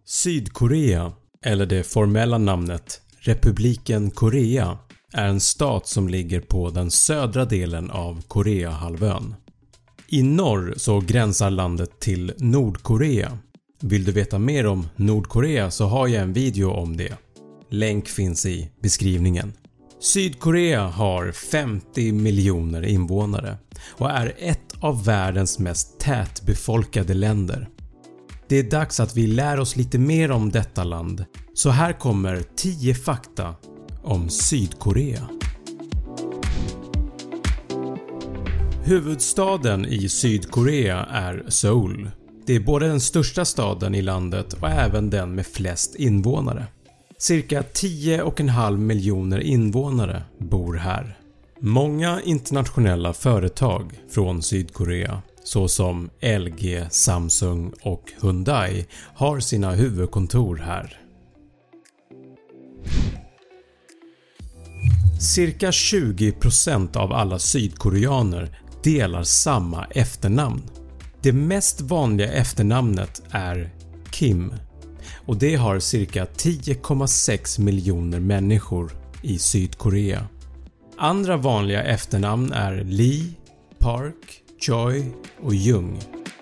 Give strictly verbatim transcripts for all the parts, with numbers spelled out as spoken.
Sydkorea, eller det formella namnet Republiken Korea, är en stat som ligger på den södra delen av Koreahalvön. I norr så gränsar landet till Nordkorea. Vill du veta mer om Nordkorea så har jag en video om det. Länk finns i beskrivningen. Sydkorea har femtio miljoner invånare och är ett av världens mest tätbefolkade länder. Det är dags att vi lär oss lite mer om detta land, så här kommer tio fakta om Sydkorea. Huvudstaden i Sydkorea är Seoul. Det är både den största staden i landet och även den med flest invånare. Cirka tio komma fem miljoner invånare bor här. Många internationella företag från Sydkorea såsom L G, Samsung och Hyundai har sina huvudkontor här. Cirka tjugo procent av alla sydkoreaner delar samma efternamn. Det mest vanliga efternamnet är Kim och det har cirka tio komma sex miljoner människor i Sydkorea. Andra vanliga efternamn är Lee, Park, Choi och Jung.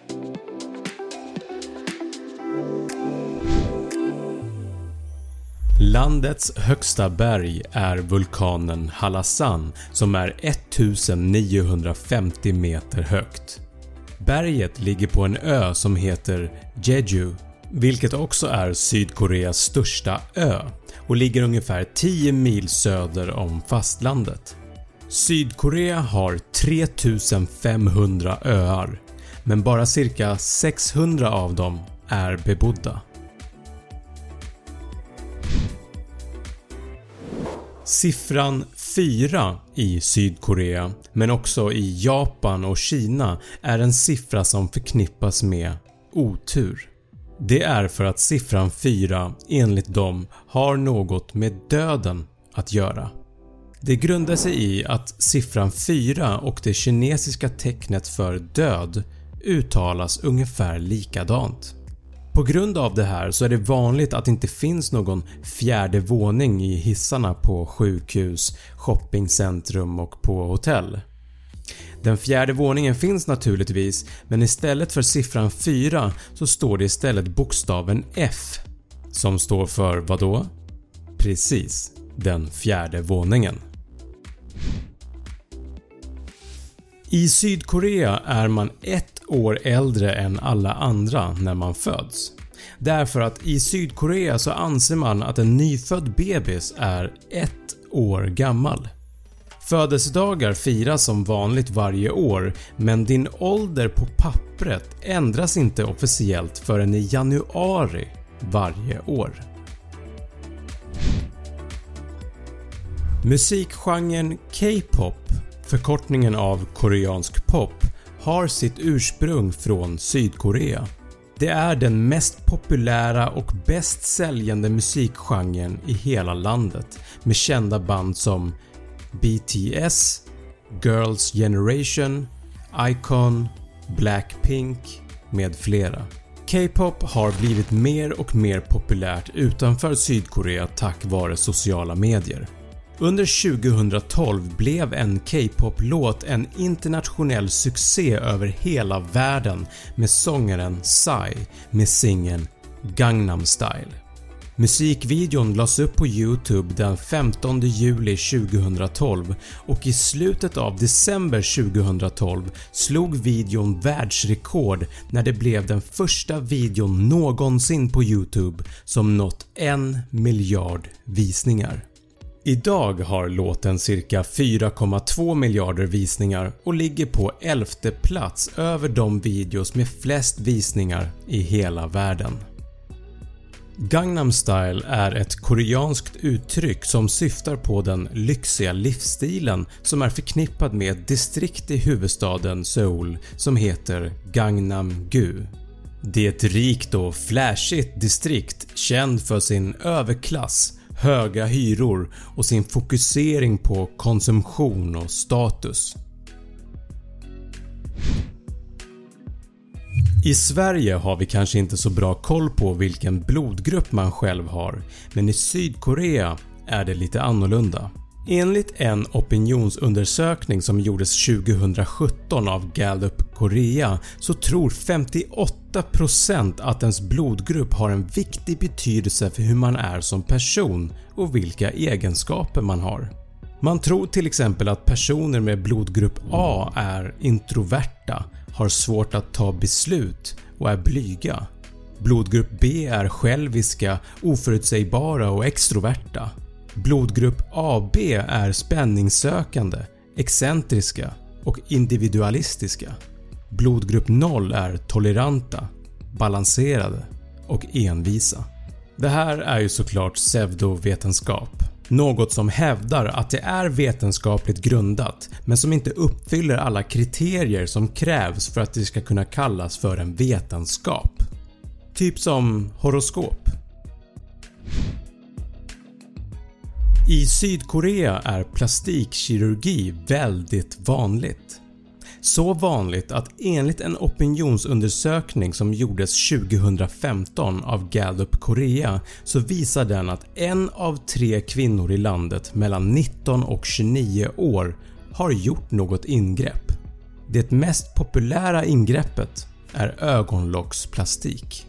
Landets högsta berg är vulkanen Hallasan som är nittonhundrafemtio meter högt. Berget ligger på en ö som heter Jeju, vilket också är Sydkoreas största ö och ligger ungefär tio mil söder om fastlandet. Sydkorea har tre tusen femhundra öar, men bara cirka sexhundra av dem är bebodda. Siffran fyra i Sydkorea, men också i Japan och Kina, är en siffra som förknippas med otur. Det är för att siffran fyra enligt dem har något med döden att göra. Det grundar sig i att siffran fyra och det kinesiska tecknet för död uttalas ungefär likadant. På grund av det här så är det vanligt att det inte finns någon fjärde våning i hissarna på sjukhus, shoppingcentrum och på hotell. Den fjärde våningen finns naturligtvis, men istället för siffran fyra så står det istället bokstaven F, som står för vad då? Precis, den fjärde våningen. I Sydkorea är man ett år äldre än alla andra när man föds. Därför att i Sydkorea så anser man att en nyfödd bebis är ett år gammal. Födelsedagar firas som vanligt varje år, men din ålder på pappret ändras inte officiellt förrän i januari varje år. Musikgenren K-pop, förkortningen av koreansk pop, har sitt ursprung från Sydkorea. Det är den mest populära och bäst säljande musikgenren i hela landet med kända band som B T S, Girls' Generation, iKON, Blackpink med flera. K-pop har blivit mer och mer populärt utanför Sydkorea tack vare sociala medier. Under tjugohundratolv blev en K-pop-låt en internationell succé över hela världen med sångaren Psy med singeln Gangnam Style. Musikvideon lades upp på YouTube den femtonde juli tjugohundratolv och i slutet av december tjugohundratolv slog videon världsrekord när det blev den första videon någonsin på YouTube som nått en miljard visningar. Idag har låten cirka fyra komma två miljarder visningar och ligger på elfte plats över de videos med flest visningar i hela världen. Gangnam Style är ett koreanskt uttryck som syftar på den lyxiga livsstilen som är förknippad med ett distrikt i huvudstaden Seoul som heter Gangnam-gu. Det är ett rikt och flashigt distrikt känd för sin överklass, höga hyror och sin fokusering på konsumtion och status. I Sverige har vi kanske inte så bra koll på vilken blodgrupp man själv har, men i Sydkorea är det lite annorlunda. Enligt en opinionsundersökning som gjordes tjugohundrasjutton av Gallup Korea så tror femtioåtta procent att ens blodgrupp har en viktig betydelse för hur man är som person och vilka egenskaper man har. Man tror till exempel att personer med blodgrupp A är introverta, har svårt att ta beslut och är blyga. Blodgrupp B är själviska, oförutsägbara och extroverta. Blodgrupp A B är spänningssökande, excentriska och individualistiska. Blodgrupp noll är toleranta, balanserade och envisa. Det här är ju såklart pseudovetenskap. Något som hävdar att det är vetenskapligt grundat men som inte uppfyller alla kriterier som krävs för att det ska kunna kallas för en vetenskap. Typ som horoskop. I Sydkorea är plastikkirurgi väldigt vanligt. Så vanligt att enligt en opinionsundersökning som gjordes tjugohundrafemton av Gallup Korea så visar den att en av tre kvinnor i landet mellan nitton och tjugonio år har gjort något ingrepp. Det mest populära ingreppet är ögonlocksplastik.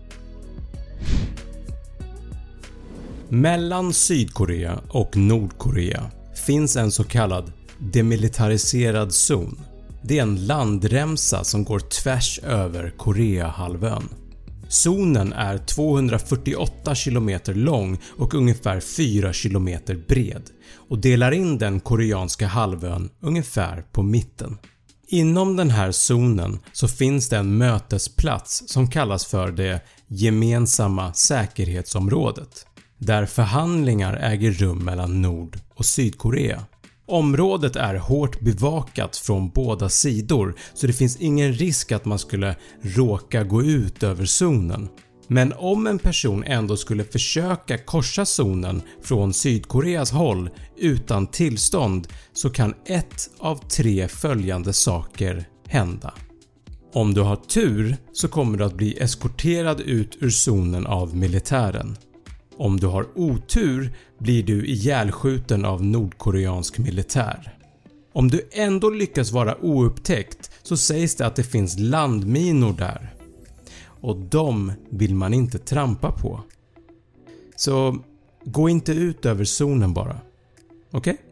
Mellan Sydkorea och Nordkorea finns en så kallad demilitariserad zon. Det är en landremsa som går tvärs över Koreahalvön. Zonen är tvåhundrafyrtioåtta kilometer lång och ungefär fyra kilometer bred och delar in den koreanska halvön ungefär på mitten. Inom den här zonen så finns det en mötesplats som kallas för det gemensamma säkerhetsområdet, där förhandlingar äger rum mellan Nord- och Sydkorea. Området är hårt bevakat från båda sidor så det finns ingen risk att man skulle råka gå ut över zonen. Men om en person ändå skulle försöka korsa zonen från Sydkoreas håll utan tillstånd så kan ett av tre följande saker hända. Om du har tur så kommer du att bli eskorterad ut ur zonen av militären. Om du har otur blir du ihjälskjuten av nordkoreansk militär. Om du ändå lyckas vara oupptäckt så sägs det att det finns landminor där. Och de vill man inte trampa på. Så gå inte ut över zonen bara. Okej? Okay?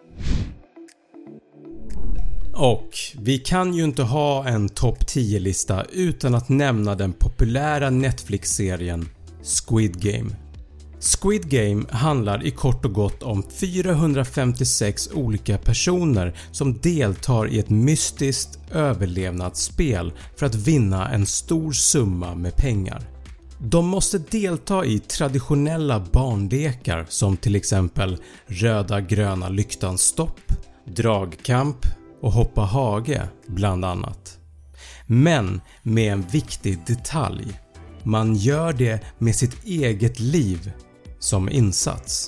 Och vi kan ju inte ha en topp tio-lista utan att nämna den populära Netflix-serien Squid Game. Squid Game handlar i kort och gott om fyrahundrafemtiosex olika personer som deltar i ett mystiskt överlevnadsspel för att vinna en stor summa med pengar. De måste delta i traditionella barnlekar som till exempel röda gröna lyktans stopp, dragkamp och hoppa hage bland annat. Men med en viktig detalj. Man gör det med sitt eget liv som insats.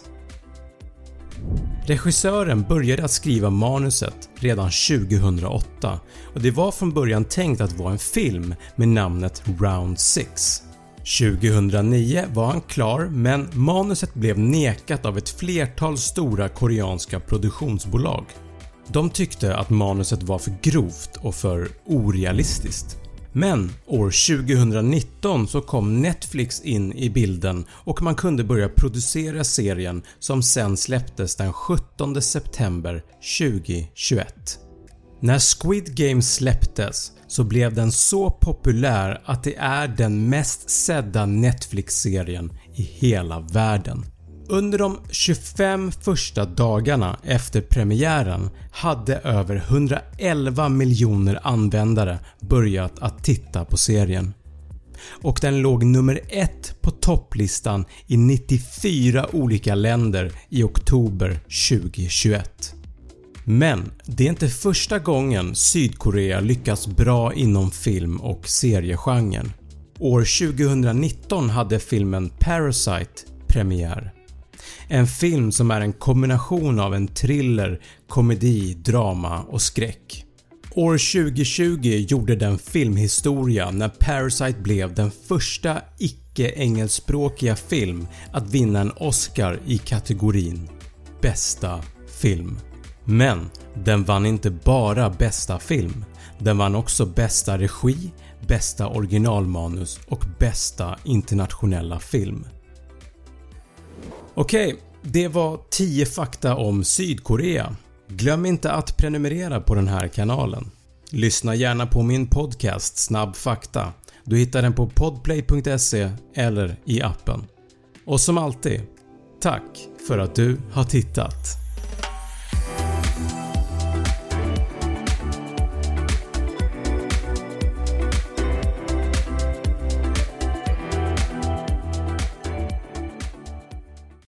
Regissören började att skriva manuset redan tjugohundraåtta och det var från början tänkt att vara en film med namnet Round sex. tjugohundranio var han klar men manuset blev nekat av ett flertal stora koreanska produktionsbolag. De tyckte att manuset var för grovt och för orealistiskt. Men år tjugohundranitton så kom Netflix in i bilden och man kunde börja producera serien som sen släpptes den sjuttonde september tjugohundratjugoett. När Squid Game släpptes så blev den så populär att det är den mest sedda Netflix-serien i hela världen. Under de tjugofem första dagarna efter premiären hade över hundraelva miljoner användare börjat att titta på serien. Och den låg nummer ett på topplistan i nittiofyra olika länder i oktober tjugohundratjugoett. Men det är inte första gången Sydkorea lyckas bra inom film- och seriegenren. År tjugohundranitton hade filmen Parasite premiär. En film som är en kombination av en thriller, komedi, drama och skräck. År tjugo tjugo gjorde den filmhistoria när Parasite blev den första icke-engelskspråkiga film att vinna en Oscar i kategorin bästa film. Men den vann inte bara bästa film, den vann också bästa regi, bästa originalmanus och bästa internationella film. Okej, det var tio fakta om Sydkorea. Glöm inte att prenumerera på den här kanalen. Lyssna gärna på min podcast Snabb fakta. Du hittar den på podplay punkt se eller i appen. Och som alltid, tack för att du har tittat.